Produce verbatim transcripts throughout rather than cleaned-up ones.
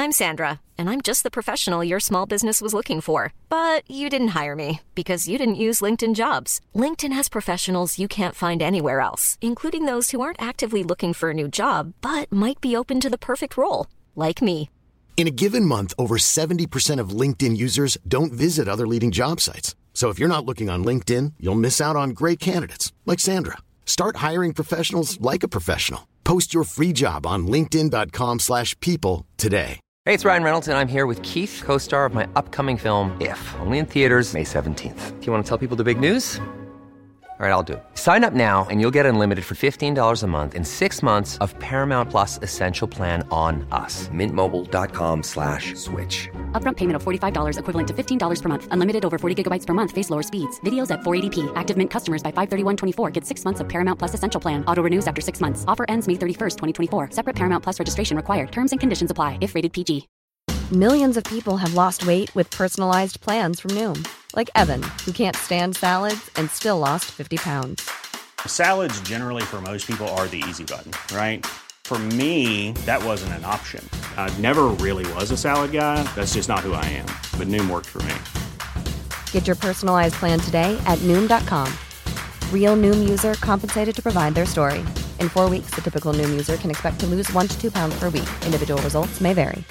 I'm Sandra, and I'm just the professional your small business was looking for. But you didn't hire me because you didn't use LinkedIn Jobs. LinkedIn has professionals you can't find anywhere else, including those who aren't actively looking for a new job, but might be open to the perfect role, like me. In a given month, over seventy percent of LinkedIn users don't visit other leading job sites. So if you're not looking on LinkedIn, you'll miss out on great candidates like Sandra. Start hiring professionals like a professional. Post your free job on linkedin dot com slash people today. Hey, it's Ryan Reynolds, and I'm here with Keith, co-star of my upcoming film, If, only in theaters May seventeenth. Do you want to tell people the big news? All right, I'll do it. Sign up now and you'll get unlimited for fifteen dollars a month and six months of Paramount Plus Essential Plan on us. Mint Mobile dot com slash switch. Upfront payment of forty-five dollars equivalent to fifteen dollars per month. Unlimited over forty gigabytes per month. Face lower speeds. Videos at four eighty p. Active Mint customers by five thirty-one twenty-four get six months of Paramount Plus Essential Plan. Auto renews after six months. Offer ends May thirty-first, twenty twenty-four. Separate Paramount Plus registration required. Terms and conditions apply if rated P G. Millions of people have lost weight with personalized plans from Noom. Like Evan, who can't stand salads and still lost fifty pounds. Salads generally for most people are the easy button, right? For me, that wasn't an option. I never really was a salad guy. That's just not who I am. But Noom worked for me. Get your personalized plan today at Noom dot com. Real Noom user compensated to provide their story. In four weeks, the typical Noom user can expect to lose one to two pounds per week. Individual results may vary.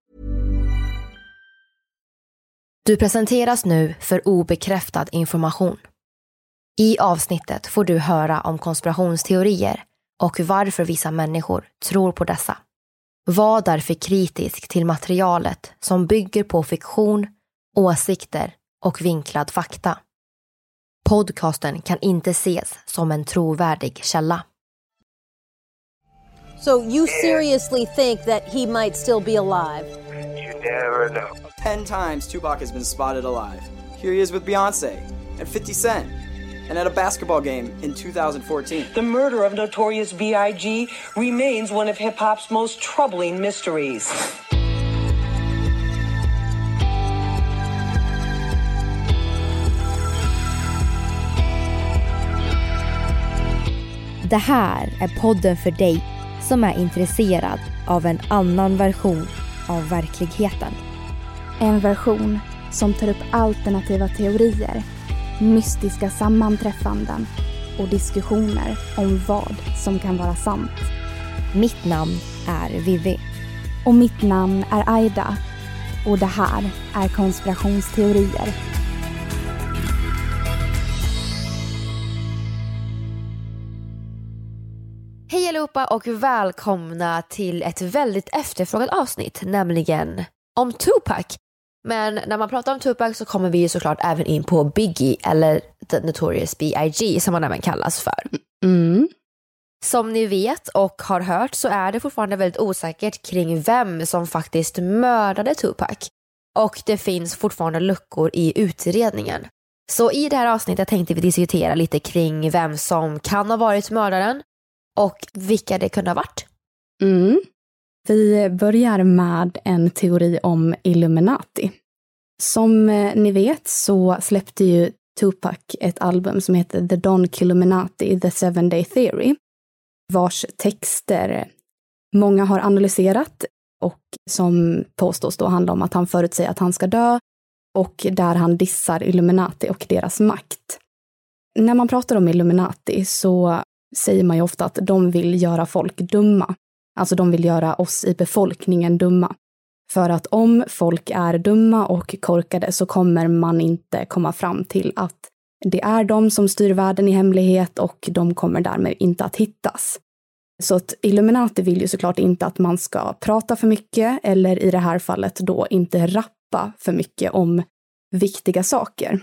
Du presenteras nu för obekräftad information. I avsnittet får du höra om konspirationsteorier och varför vissa människor tror på dessa. Var därför kritisk till materialet som bygger på fiktion, åsikter och vinklad fakta. Podcasten kan inte ses som en trovärdig källa. So you seriously think that he might still be alive? You never know. Ten times Tupac has been spotted alive. Here he is with Beyonce and fifty cent. And at a basketball game in two thousand fourteen. The murder of Notorious B I G remains one of hip-hop's most troubling mysteries. Det här är podden för dig som är intresserad av en annan version av verkligheten. En version som tar upp alternativa teorier, mystiska sammanträffanden och diskussioner om vad som kan vara sant. Mitt namn är Vivi. Och mitt namn är Aida. Och det här är konspirationsteorier. Hej allihopa och välkomna till ett väldigt efterfrågat avsnitt, nämligen om Tupac. Men när man pratar om Tupac så kommer vi ju såklart även in på Biggie, eller The Notorious B I G som han även kallas för. Mm. Som ni vet och har hört så är det fortfarande väldigt osäkert kring vem som faktiskt mördade Tupac. Och det finns fortfarande luckor i utredningen. Så i det här avsnittet tänkte vi diskutera lite kring vem som kan ha varit mördaren och vilka det kunde ha varit. Mm. Vi börjar med en teori om Illuminati. Som ni vet så släppte ju Tupac ett album som heter The Don Killuminati, The Seven Day Theory, vars texter många har analyserat och som påstås då handla om att han förutsäger att han ska dö och där han dissar Illuminati och deras makt. När man pratar om Illuminati så säger man ju ofta att de vill göra folk dumma. Alltså de vill göra oss i befolkningen dumma. För att om folk är dumma och korkade så kommer man inte komma fram till att det är de som styr världen i hemlighet och de kommer därmed inte att hittas. Så att Illuminati vill ju såklart inte att man ska prata för mycket eller i det här fallet då inte rappa för mycket om viktiga saker.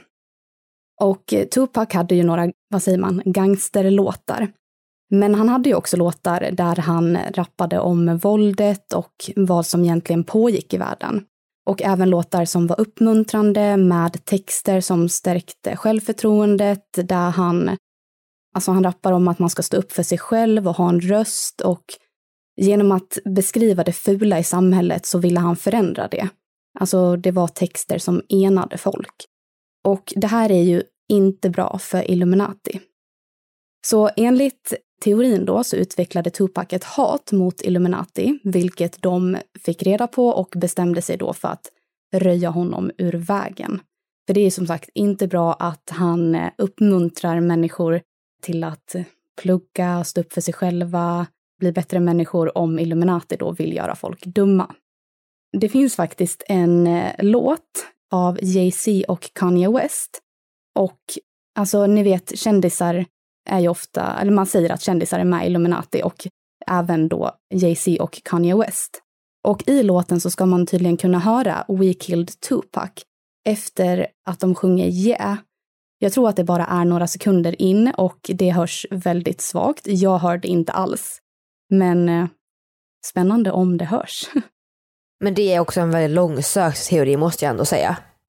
Och Tupac hade ju några, vad säger man, gangsterlåtar. Men han hade ju också låtar där han rappade om våldet och vad som egentligen pågick i världen. Och även låtar som var uppmuntrande med texter som stärkte självförtroendet. Där han, alltså han rappar om att man ska stå upp för sig själv och ha en röst. Och genom att beskriva det fula i samhället så ville han förändra det. Alltså det var texter som enade folk. Och det här är ju inte bra för Illuminati. Så enligt teorin då så utvecklade Tupac ett hat mot Illuminati, vilket de fick reda på och bestämde sig då för att röja honom ur vägen. För det är som sagt inte bra att han uppmuntrar människor till att plugga, stå upp för sig själva, bli bättre människor om Illuminati då vill göra folk dumma. Det finns faktiskt en låt av Jay-Z och Kanye West. Och alltså ni vet, kändisar är ju ofta, eller man säger att kändisar är med i Illuminati och även då Jay-Z och Kanye West. Och i låten så ska man tydligen kunna höra We Killed Tupac efter att de sjunger Yeah. Jag tror att det bara är några sekunder in och det hörs väldigt svagt. Jag hörde inte alls. Men eh, spännande om det hörs. Men det är också en väldigt långsökt teori, måste jag ändå säga.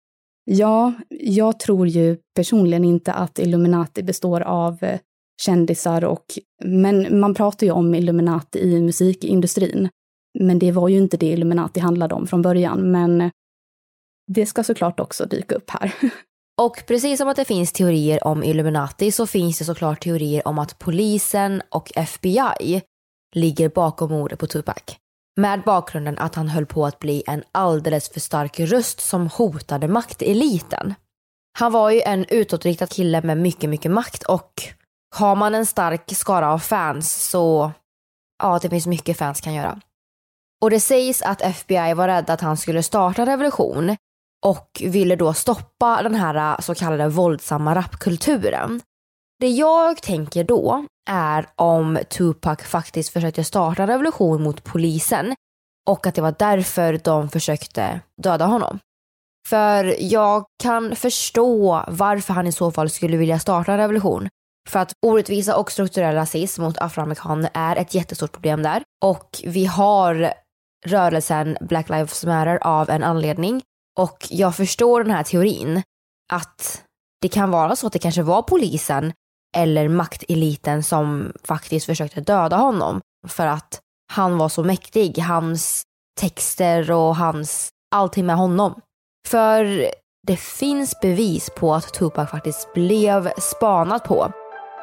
Ja, jag tror ju personligen inte att Illuminati består av eh, kändisar och... Men man pratar ju om Illuminati i musikindustrin. Men det var ju inte det Illuminati handlade om från början. Men det ska såklart också dyka upp här. Och precis som att det finns teorier om Illuminati så finns det såklart teorier om att polisen och F B I ligger bakom mordet på Tupac. Med bakgrunden att han höll på att bli en alldeles för stark röst som hotade makteliten. Han var ju en utåtriktad kille med mycket, mycket makt och har man en stark skara av fans så ja, det finns mycket fans kan göra. Och det sägs att F B I var rädda att han skulle starta revolution och ville då stoppa den här så kallade våldsamma rapkulturen. Det jag tänker då är om Tupac faktiskt försökte starta en revolution mot polisen och att det var därför de försökte döda honom. För jag kan förstå varför han i så fall skulle vilja starta en revolution. För att orättvisa och strukturell rasism mot afroamerikaner är ett jättestort problem där. Och vi har rörelsen Black Lives Matter av en anledning. Och jag förstår den här teorin att det kan vara så att det kanske var polisen eller makteliten som faktiskt försökte döda honom för att han var så mäktig, hans texter och hans allting med honom. För det finns bevis på att Tupac faktiskt blev spanat på.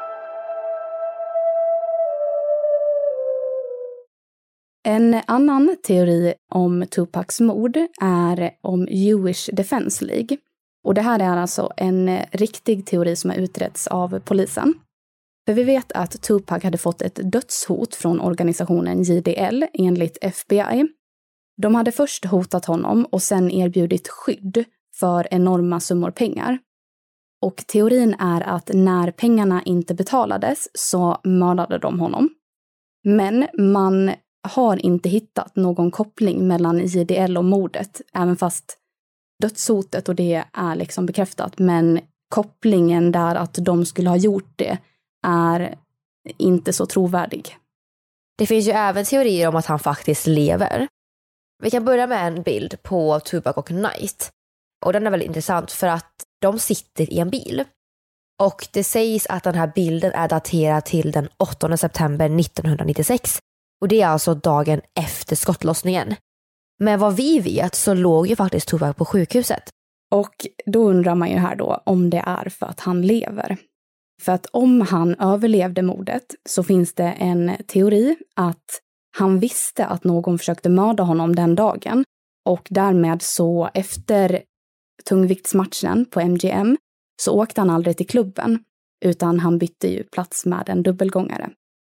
En annan teori om Tupacs mord är om Jewish Defense League. Och det här är alltså en riktig teori som har utretts av polisen. För vi vet att Tupac hade fått ett dödshot från organisationen J D L enligt F B I. De hade först hotat honom och sen erbjudit skydd för enorma summor pengar. Och teorin är att när pengarna inte betalades så mördade de honom. Men man har inte hittat någon koppling mellan J D L och mordet, även fast dödshotet och det är liksom bekräftat. Men kopplingen där att de skulle ha gjort det är inte så trovärdig. Det finns ju även teorier om att han faktiskt lever. Vi kan börja med en bild på Tupac och Knight. Och den är väldigt intressant för att de sitter i en bil. Och det sägs att den här bilden är daterad till den åttonde september nittonhundranittiosex. Och det är alltså dagen efter skottlossningen. Men vad vi vet så låg ju faktiskt Tupac på sjukhuset. Och då undrar man ju här då om det är för att han lever. För att om han överlevde mordet så finns det en teori att han visste att någon försökte mörda honom den dagen. Och därmed så efter tungviktsmatchen på M G M så åkte han aldrig till klubben. Utan han bytte ju plats med en dubbelgångare.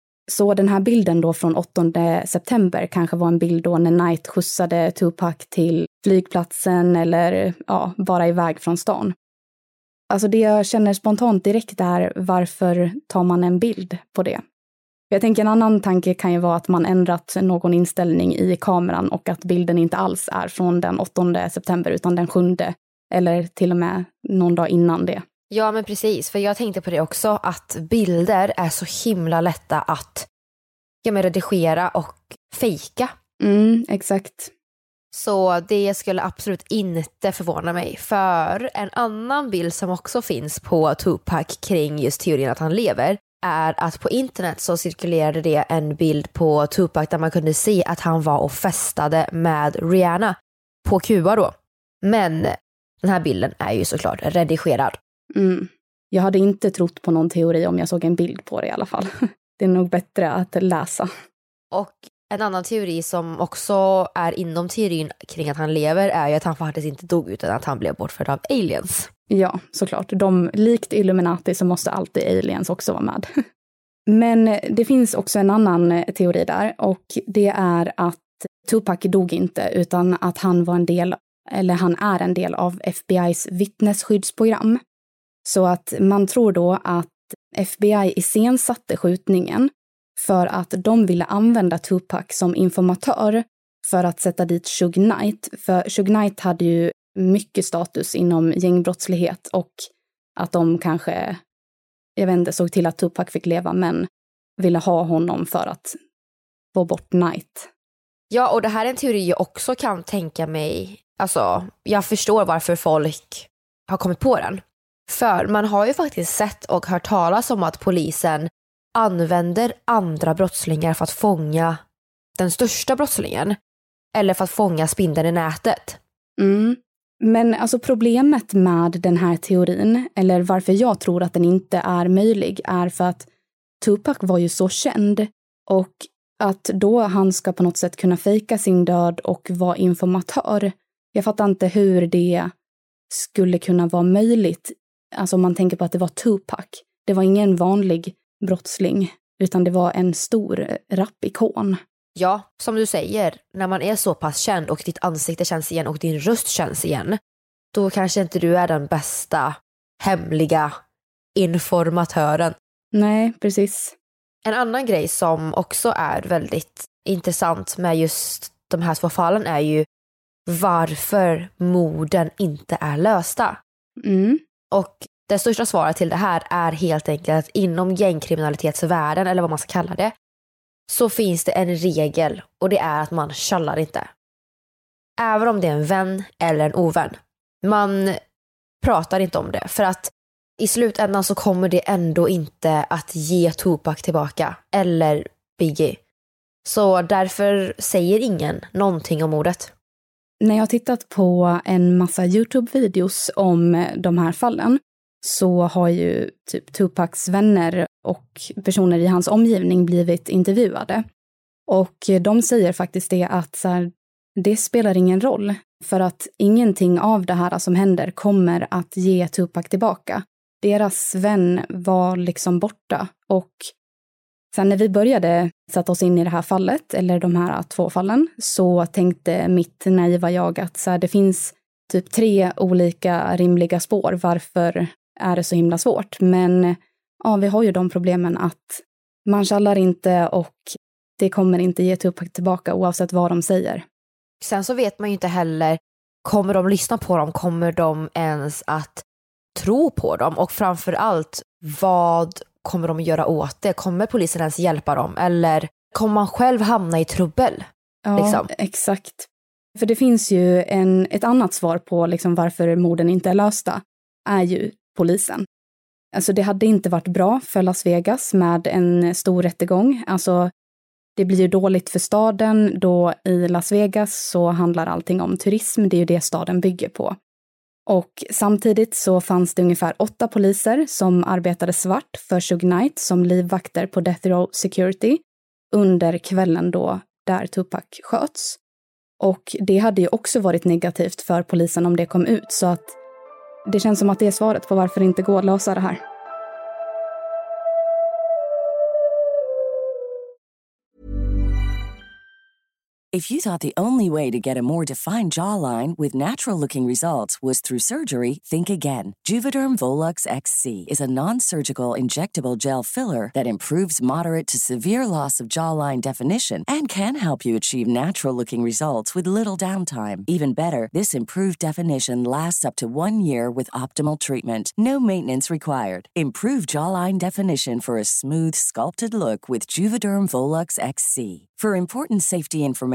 Så den här bilden då från åttonde september kanske var en bild då när Knight skjutsade Tupac till flygplatsen eller ja, bara iväg från stan. Alltså det jag känner spontant direkt är varför tar man en bild på det? Jag tänker en annan tanke kan ju vara att man ändrat någon inställning i kameran och att bilden inte alls är från den åttonde september utan den sjunde eller till och med någon dag innan det. Ja men precis, för jag tänkte på det också att bilder är så himla lätta att ja, men redigera och fejka. Mm, exakt. Så det skulle absolut inte förvåna mig. För en annan bild som också finns på Tupac kring just teorin att han lever är att på internet så cirkulerade det en bild på Tupac där man kunde se att han var och festade med Rihanna på Kuba då. Men den här bilden är ju såklart redigerad. Mm. Jag hade inte trott på någon teori om jag såg en bild på det i alla fall. det är nog bättre att läsa. Och en annan teori som också är inom teorin kring att han lever är ju att han faktiskt inte dog utan att han blev bortförd av aliens. Ja, såklart. De, likt Illuminati så måste alltid aliens också vara med. Men det finns också en annan teori där, och det är att Tupac dog inte utan att han var en del, eller han är en del av F B I:s vittnesskyddsprogram. Så att man tror då att F B I iscensatte skjutningen för att de ville använda Tupac som informatör för att sätta dit Suge Knight. För Suge Knight hade ju mycket status inom gängbrottslighet, och att de kanske, jag vet inte, såg till att Tupac fick leva men ville ha honom för att få bort Knight. Ja, och det här är en teori jag också kan tänka mig, alltså jag förstår varför folk har kommit på den. För man har ju faktiskt sett och hört talas om att polisen använder andra brottslingar för att fånga den största brottslingen. Eller för att fånga spindeln i nätet. Mm. Men alltså problemet med den här teorin, eller varför jag tror att den inte är möjlig, är för att Tupac var ju så känd. Och att då han ska på något sätt kunna fejka sin död och vara informatör. Jag fattar inte hur det skulle kunna vara möjligt. Alltså om man tänker på att det var Tupac. Det var ingen vanlig brottsling, utan det var en stor rapikon. Ja, som du säger, när man är så pass känd och ditt ansikte känns igen och din röst känns igen, då kanske inte du är den bästa hemliga informatören. Nej, precis. En annan grej som också är väldigt intressant med just de här två fallen är ju varför morden inte är lösta. Mm. Och det största svaret till det här är helt enkelt att inom gängkriminalitetsvärlden, eller vad man ska kalla det, så finns det en regel, och det är att man tjallar inte. Även om det är en vän eller en ovän. Man pratar inte om det, för att i slutändan så kommer det ändå inte att ge Tupac tillbaka, eller Biggie. Så därför säger ingen någonting om mordet. När jag har tittat på en massa YouTube-videos om de här fallen så har ju typ Tupacs vänner och personer i hans omgivning blivit intervjuade. Och de säger faktiskt det att så här, det spelar ingen roll, för att ingenting av det här som händer kommer att ge Tupac tillbaka. Deras vän var liksom borta, och sen när vi började sätta oss in i det här fallet, eller de här två fallen, så tänkte mitt naiva jag att så här, det finns typ tre olika rimliga spår. Varför är det så himla svårt? Men ja, vi har ju de problemen att man tjallar inte och det kommer inte ge Tupac tillbaka oavsett vad de säger. Sen så vet man ju inte heller, kommer de lyssna på dem? Kommer de ens att tro på dem? Och framför allt, vad kommer de att göra åt det? Kommer polisen ens hjälpa dem? Eller kommer man själv hamna i trubbel? Ja, liksom? Exakt. För det finns ju en, ett annat svar på liksom varför morden inte är lösta, är ju polisen. Alltså det hade inte varit bra för Las Vegas med en stor rättegång. Alltså det blir ju dåligt för staden, då i Las Vegas så handlar allting om turism. Det är ju det staden bygger på. Och samtidigt så fanns det ungefär åtta poliser som arbetade svart för Suge Knight som livvakter på Death Row Security under kvällen då där Tupac sköts. Och det hade ju också varit negativt för polisen om det kom ut, så att det känns som att det är svaret på varför det inte går att lösa det här. If you thought the only way to get a more defined jawline with natural-looking results was through surgery, think again. Juvederm Volux X C is a non-surgical injectable gel filler that improves moderate to severe loss of jawline definition and can help you achieve natural-looking results with little downtime. Even better, this improved definition lasts up to one year with optimal treatment. No maintenance required. Improve jawline definition for a smooth, sculpted look with Juvederm Volux X C. For important safety information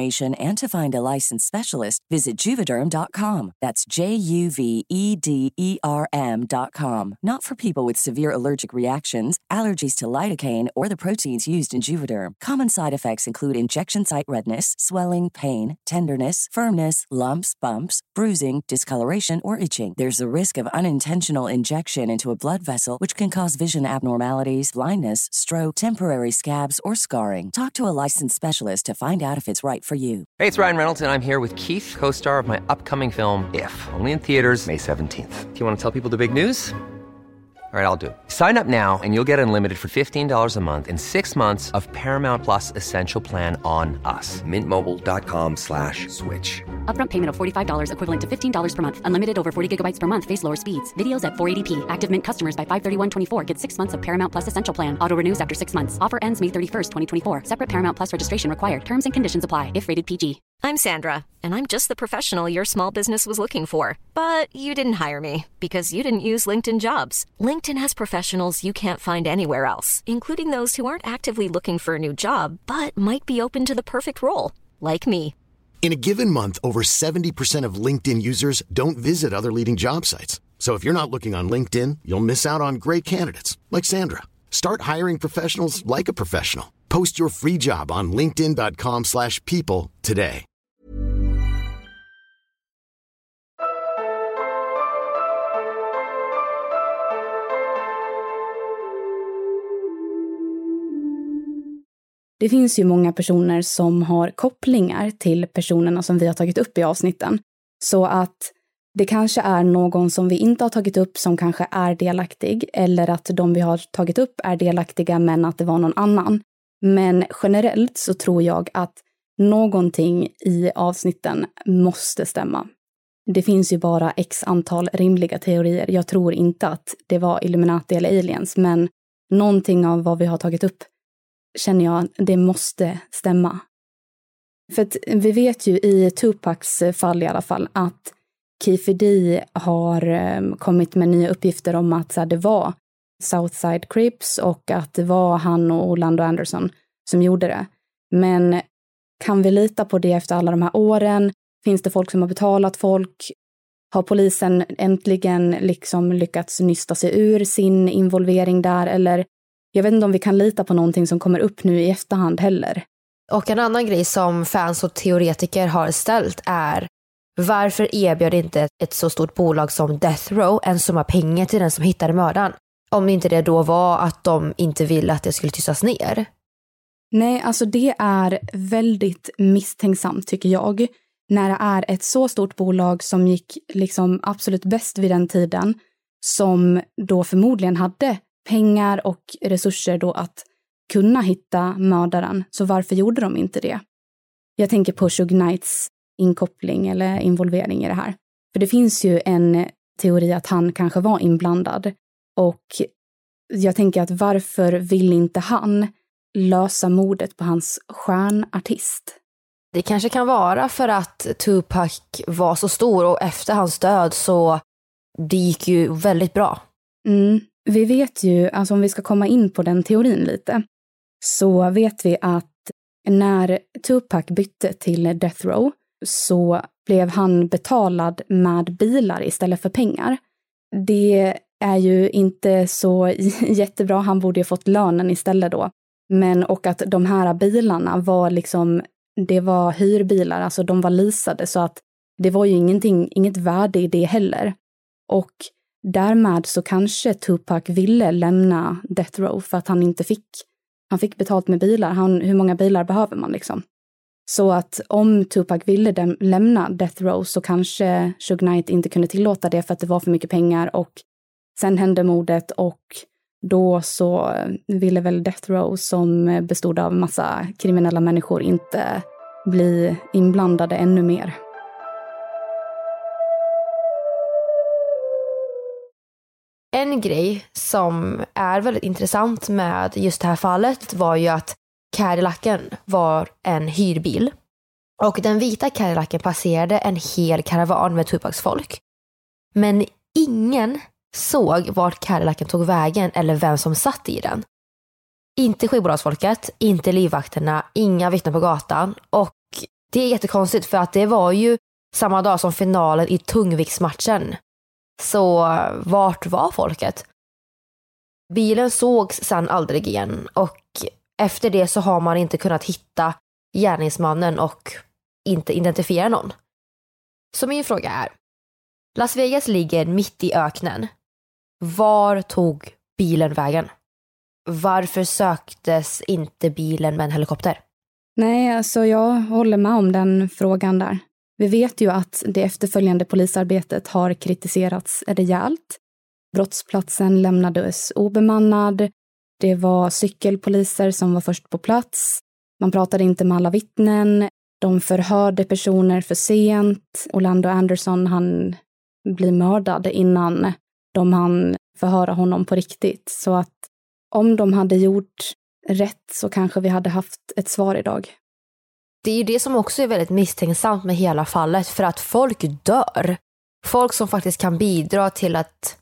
information and to find a licensed specialist, visit Juvederm dot com. That's J U V E D E R M dot com. Not for people with severe allergic reactions, allergies to lidocaine, or the proteins used in Juvederm. Common side effects include injection site redness, swelling, pain, tenderness, firmness, lumps, bumps, bruising, discoloration, or itching. There's a risk of unintentional injection into a blood vessel, which can cause vision abnormalities, blindness, stroke, temporary scabs, or scarring. Talk to a licensed specialist to find out if it's right for you. Hey, it's Ryan Reynolds, and I'm here with Keith, co-star of my upcoming film, If, only in theaters May seventeenth. Do you want to tell people the big news? All right, I'll do it. Sign up now and you'll get unlimited for fifteen dollars a month and six months of Paramount Plus Essential Plan on us. Mint Mobile dot com slash switch. Upfront payment of forty-five dollars equivalent to fifteen dollars per month. Unlimited over forty gigabytes per month. Face lower speeds. Videos at four eighty p. Active Mint customers by five thirty-one twenty-four get six months of Paramount Plus Essential Plan. Auto renews after six months. Offer ends May thirty-first, twenty twenty-four. Separate Paramount Plus registration required. Terms and conditions apply if rated P G. I'm Sandra, and I'm just the professional your small business was looking for. But you didn't hire me because you didn't use LinkedIn Jobs. LinkedIn has professionals you can't find anywhere else, including those who aren't actively looking for a new job, but might be open to the perfect role, like me. In a given month, over seventy percent of LinkedIn users don't visit other leading job sites. So if you're not looking on LinkedIn, you'll miss out on great candidates like Sandra. Start hiring professionals like a professional. Post your free job on linkedin dot com slash people today. Det finns ju många personer som har kopplingar till personerna som vi har tagit upp i avsnitten. Så att det kanske är någon som vi inte har tagit upp som kanske är delaktig, eller att de vi har tagit upp är delaktiga men att det var någon annan. Men generellt så tror jag att någonting i avsnitten måste stämma. Det finns ju bara x antal rimliga teorier. Jag tror inte att det var Illuminati eller aliens, men någonting av vad vi har tagit upp känner jag det måste stämma. För att vi vet ju i Tupacs fall i alla fall att Keffe D har kommit med nya uppgifter om att så här, det var Southside Crips och att det var han och Orlando Anderson som gjorde det. Men kan vi lita på det efter alla de här åren? Finns det folk som har betalat folk? Har polisen äntligen liksom lyckats nysta sig ur sin involvering där? Eller jag vet inte om vi kan lita på någonting som kommer upp nu i efterhand heller. Och en annan grej som fans och teoretiker har ställt är: varför erbjöd inte ett så stort bolag som Death Row en summa pengar till den som hittade mördaren? Om inte det då var att de inte ville att det skulle tystas ner. Nej, alltså det är väldigt misstänksamt tycker jag. När det är ett så stort bolag som gick liksom absolut bäst vid den tiden, som då förmodligen hade pengar och resurser då att kunna hitta mördaren. Så varför gjorde de inte det? Jag tänker på Suge Knights inkoppling eller involvering i det här. För det finns ju en teori att han kanske var inblandad. Och jag tänker att varför vill inte han lösa mordet på hans stjärnartist? Det kanske kan vara för att Tupac var så stor och efter hans död så det gick ju väldigt bra. Mm. Vi vet ju, alltså om vi ska komma in på den teorin lite, så vet vi att när Tupac bytte till Death Row så blev han betalad med bilar istället för pengar. Det är ju inte så jättebra, han borde ju fått lönen istället då. Men och att de här bilarna var liksom, det var hyrbilar, alltså de var leasade så att det var ju ingenting, inget värde i det heller. Och därmed så kanske Tupac ville lämna Death Row för att han inte fick, han fick betalt med bilar. Han, hur många bilar behöver man liksom? Så att om Tupac ville dem, lämna Death Row så kanske Suge Knight inte kunde tillåta det för att det var för mycket pengar. Och sen hände mordet och då så ville väl Death Row, som bestod av massa kriminella människor, inte bli inblandade ännu mer. En grej som är väldigt intressant med just det här fallet var ju att Cadillacen var en hyrbil. Och den vita Cadillacen passerade en hel karavan med Tupacs folk. Men ingen såg vart Cadillacen tog vägen eller vem som satt i den. Inte skivbolagsfolket, inte livvakterna, inga vittnen på gatan. Och Det är jättekonstigt för att det var ju samma dag som finalen i tungviktsmatchen. Så vart var folket? Bilen sågs sedan aldrig igen och efter det så har man inte kunnat hitta gärningsmannen och inte identifiera någon. Så min fråga är, Las Vegas ligger mitt i öknen. Var tog bilen vägen? Varför söktes inte bilen med en helikopter? Nej, alltså jag håller med om den frågan där. Vi vet ju att det efterföljande polisarbetet har kritiserats rejält. Brottsplatsen lämnades obemannad. Det var cykelpoliser som var först på plats. Man pratade inte med alla vittnen. De förhörde personer för sent. Orlando Anderson, han blir mördad innan de hann förhöra honom på riktigt. Så att om de hade gjort rätt så kanske vi hade haft ett svar idag. Det är ju det som också är väldigt misstänksamt med hela fallet, för att folk dör. Folk som faktiskt kan bidra till att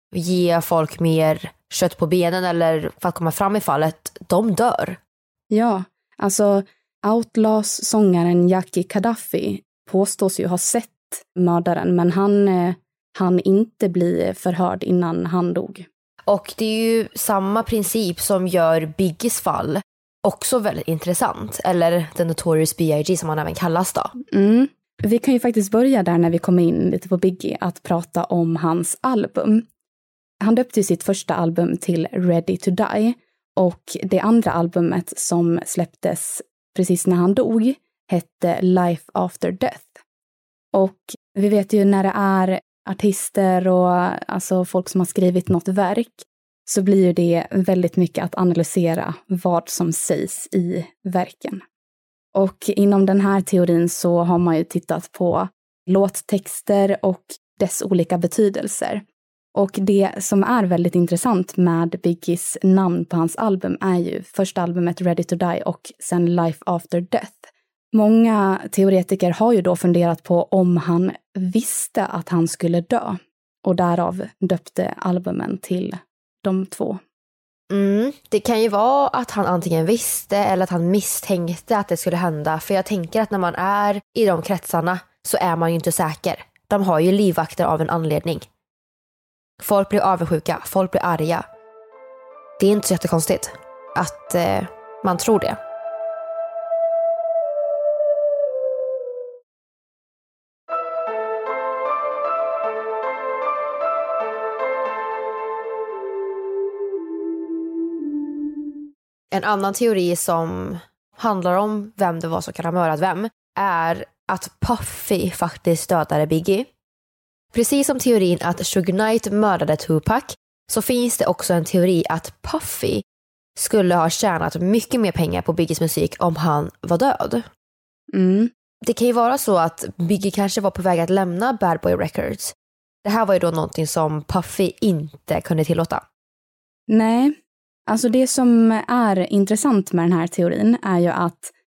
ge folk mer kött på benen eller för att komma fram i fallet, de dör. Ja, alltså Outlaws sångaren Jackie Gaddafi påstås ju ha sett mördaren, men han eh, han inte bli förhörd innan han dog. Och det är ju samma princip som gör Biggies fall också väldigt intressant. Eller The Notorious B I G som han även kallas då. Mm. Vi kan ju faktiskt börja där när vi kommer in lite på Biggie att prata om hans album. Han döpte ju sitt första album till Ready to Die. Och det andra albumet som släpptes precis när han dog hette Life After Death. Och vi vet ju när det är artister och alltså folk som har skrivit något verk så blir ju det väldigt mycket att analysera vad som sägs i verken. Och inom den här teorin så har man ju tittat på låttexter och dess olika betydelser. Och det som är väldigt intressant med Biggies namn på hans album är ju första albumet Ready to Die och sen Life After Death. Många teoretiker har ju då funderat på om han visste att han skulle dö och därav döpte albumen till de två. Mm, det kan ju vara att han antingen visste eller att han misstänkte att det skulle hända. För jag tänker att när man är i de kretsarna så är man ju inte säker. De har ju livvakter av en anledning. Folk blir avundsjuka, folk blir arga. Det är inte så jättekonstigt att eh, man tror det. En annan teori som handlar om vem det var som kan ha mördat vem är att Puffy faktiskt dödade Biggie. Precis som teorin att Suge Knight mördade Tupac så finns det också en teori att Puffy skulle ha tjänat mycket mer pengar på Biggies musik om han var död. Mm. Det kan ju vara så att Biggie kanske var på väg att lämna Bad Boy Records. Det här var ju då någonting som Puffy inte kunde tillåta. Nej. Alltså det som är intressant med den här teorin är ju att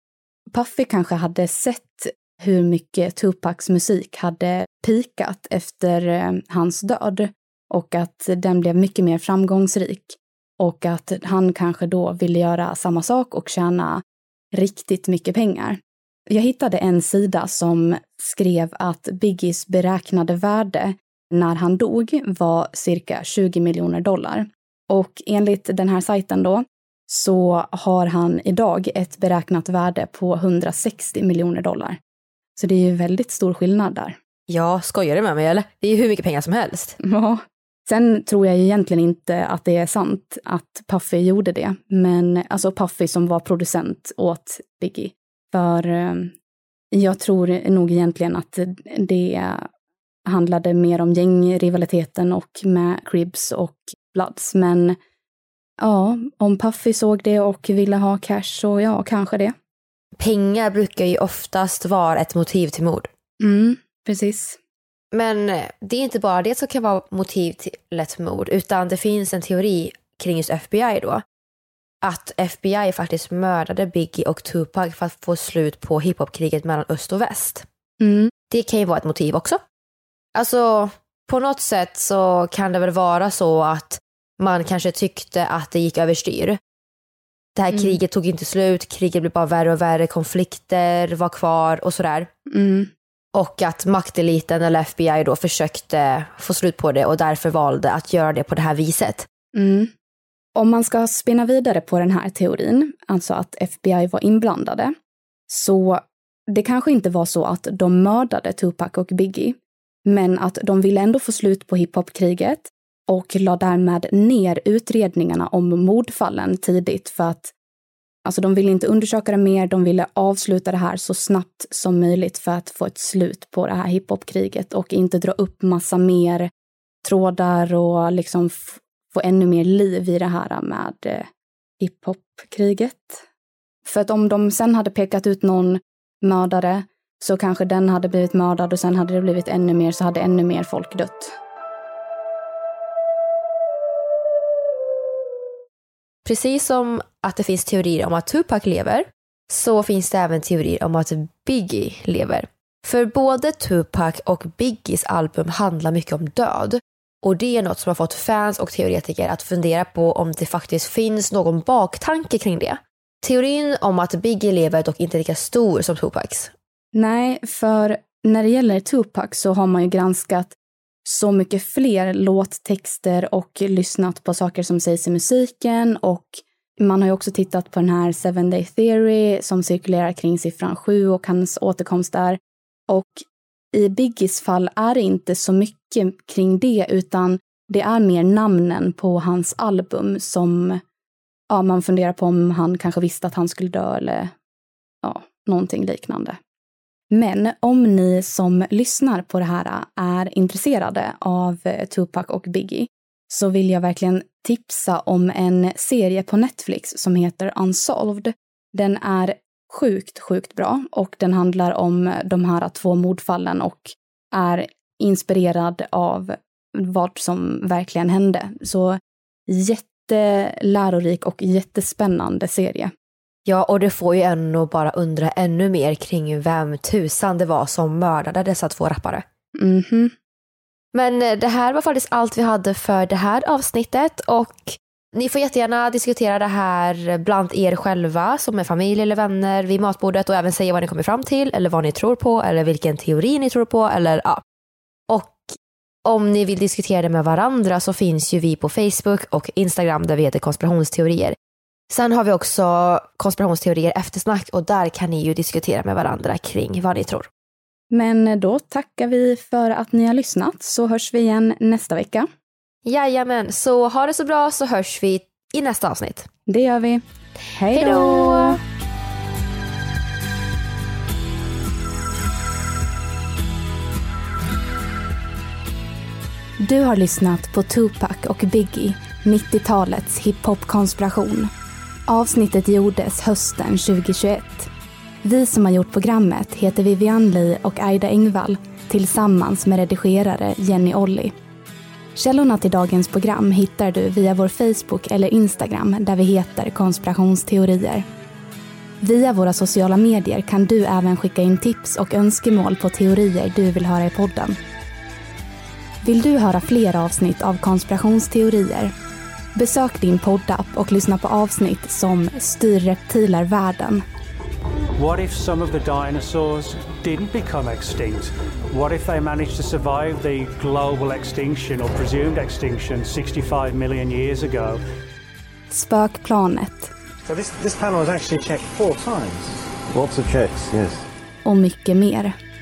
Puffy kanske hade sett hur mycket Tupacs musik hade pikat efter hans död och att den blev mycket mer framgångsrik och att han kanske då ville göra samma sak och tjäna riktigt mycket pengar. Jag hittade en sida som skrev att Biggies beräknade värde när han dog var cirka tjugo miljoner dollar. Och enligt den här sajten då så har han idag ett beräknat värde på hundrasextio miljoner dollar. Så det är ju väldigt stor skillnad där. Ja, skojar du med mig eller? Det är ju hur mycket pengar som helst. Ja, sen tror jag ju egentligen inte att det är sant att Puffy gjorde det. Men alltså Puffy som var producent åt Biggie. För eh, jag tror nog egentligen att det handlade mer om gängrivaliteten och med Cribs och Bloods. Men ja, om Puffy såg det och ville ha cash så ja, kanske det. Pengar brukar ju oftast vara ett motiv till mord. Mm, precis. Men det är inte bara det som kan vara motiv till ett mord, utan det finns en teori kring just F B I då. Att F B I faktiskt mördade Biggie och Tupac för att få slut på hiphopkriget mellan öst och väst. Mm. Det kan ju vara ett motiv också. Alltså, på något sätt så kan det väl vara så att man kanske tyckte att det gick överstyr. Det här Mm. kriget tog inte slut, kriget blev bara värre och värre, konflikter var kvar och sådär. Mm. Och att makteliten eller F B I då försökte få slut på det och därför valde att göra det på det här viset. Mm. Om man ska spinna vidare på den här teorin, alltså att F B I var inblandade, så det kanske inte var så att de mördade Tupac och Biggie, men att de ville ändå få slut på hiphopkriget och la därmed ner utredningarna om mordfallen tidigt för att alltså de ville inte undersöka det mer, de ville avsluta det här så snabbt som möjligt för att få ett slut på det här hiphopkriget och inte dra upp massa mer trådar och liksom f- få ännu mer liv i det här med eh, hiphopkriget. För att om de sen hade pekat ut någon mördare så kanske den hade blivit mördad och sen hade det blivit ännu mer, så hade ännu mer folk dött. Precis som att det finns teorier om att Tupac lever, så finns det även teorier om att Biggie lever. För både Tupac och Biggies album handlar mycket om död. Och det är något som har fått fans och teoretiker att fundera på om det faktiskt finns någon baktanke kring det. Teorin om att Biggie lever är dock inte lika stor som Tupacs. Nej, för när det gäller Tupac så har man ju granskat så mycket fler låttexter och lyssnat på saker som sägs i musiken, och man har ju också tittat på den här Seven Day Theory som cirkulerar kring siffran sju och hans återkomst där. Och i Biggies fall är det inte så mycket kring det, utan det är mer namnen på hans album som ja, man funderar på om han kanske visste att han skulle dö eller ja, någonting liknande. Men om ni som lyssnar på det här är intresserade av Tupac och Biggie så vill jag verkligen tipsa om en serie på Netflix som heter Unsolved. Den är sjukt, sjukt bra och den handlar om de här två mordfallen och är inspirerad av vad som verkligen hände. Så jättelärorik och jättespännande serie. Ja, och det får ju en att bara undra ännu mer kring vem tusan det var som mördade dessa två rappare. Mhm. Men det här var faktiskt allt vi hade för det här avsnittet, och ni får jättegärna diskutera det här bland er själva som är familj eller vänner vid matbordet och även säga vad ni kommer fram till eller vad ni tror på eller vilken teori ni tror på eller ja. Och om ni vill diskutera det med varandra så finns ju vi på Facebook och Instagram där vi heter konspirationsteorier. Sen har vi också konspirationsteorier eftersnack och där kan ni ju diskutera med varandra kring vad ni tror. Men då tackar vi för att ni har lyssnat, så hörs vi igen nästa vecka. Jajamän, så ha det så bra så hörs vi i nästa avsnitt. Det gör vi. Hej då! Hejdå! Du har lyssnat på Tupac och Biggie, nittiotalets hiphop-konspiration. Avsnittet gjordes hösten tjugohundratjugoett. Vi som har gjort programmet heter Vivian Lee och Aida Engvall tillsammans med redigerare Jenny Olli. Källorna till dagens program hittar du via vår Facebook eller Instagram där vi heter konspirationsteorier. Via våra sociala medier kan du även skicka in tips och önskemål på teorier du vill höra i podden. Vill du höra fler avsnitt av konspirationsteorier? Besök din poddapp och lyssna på avsnitt som Styr reptiler världen. What if some of the dinosaurs didn't become extinct? What if they managed to survive the global extinction or presumed extinction sixty-five million years ago? Spökplanet. So this, this panel was actually checked four times. Lots of checks, yes. Och mycket mer.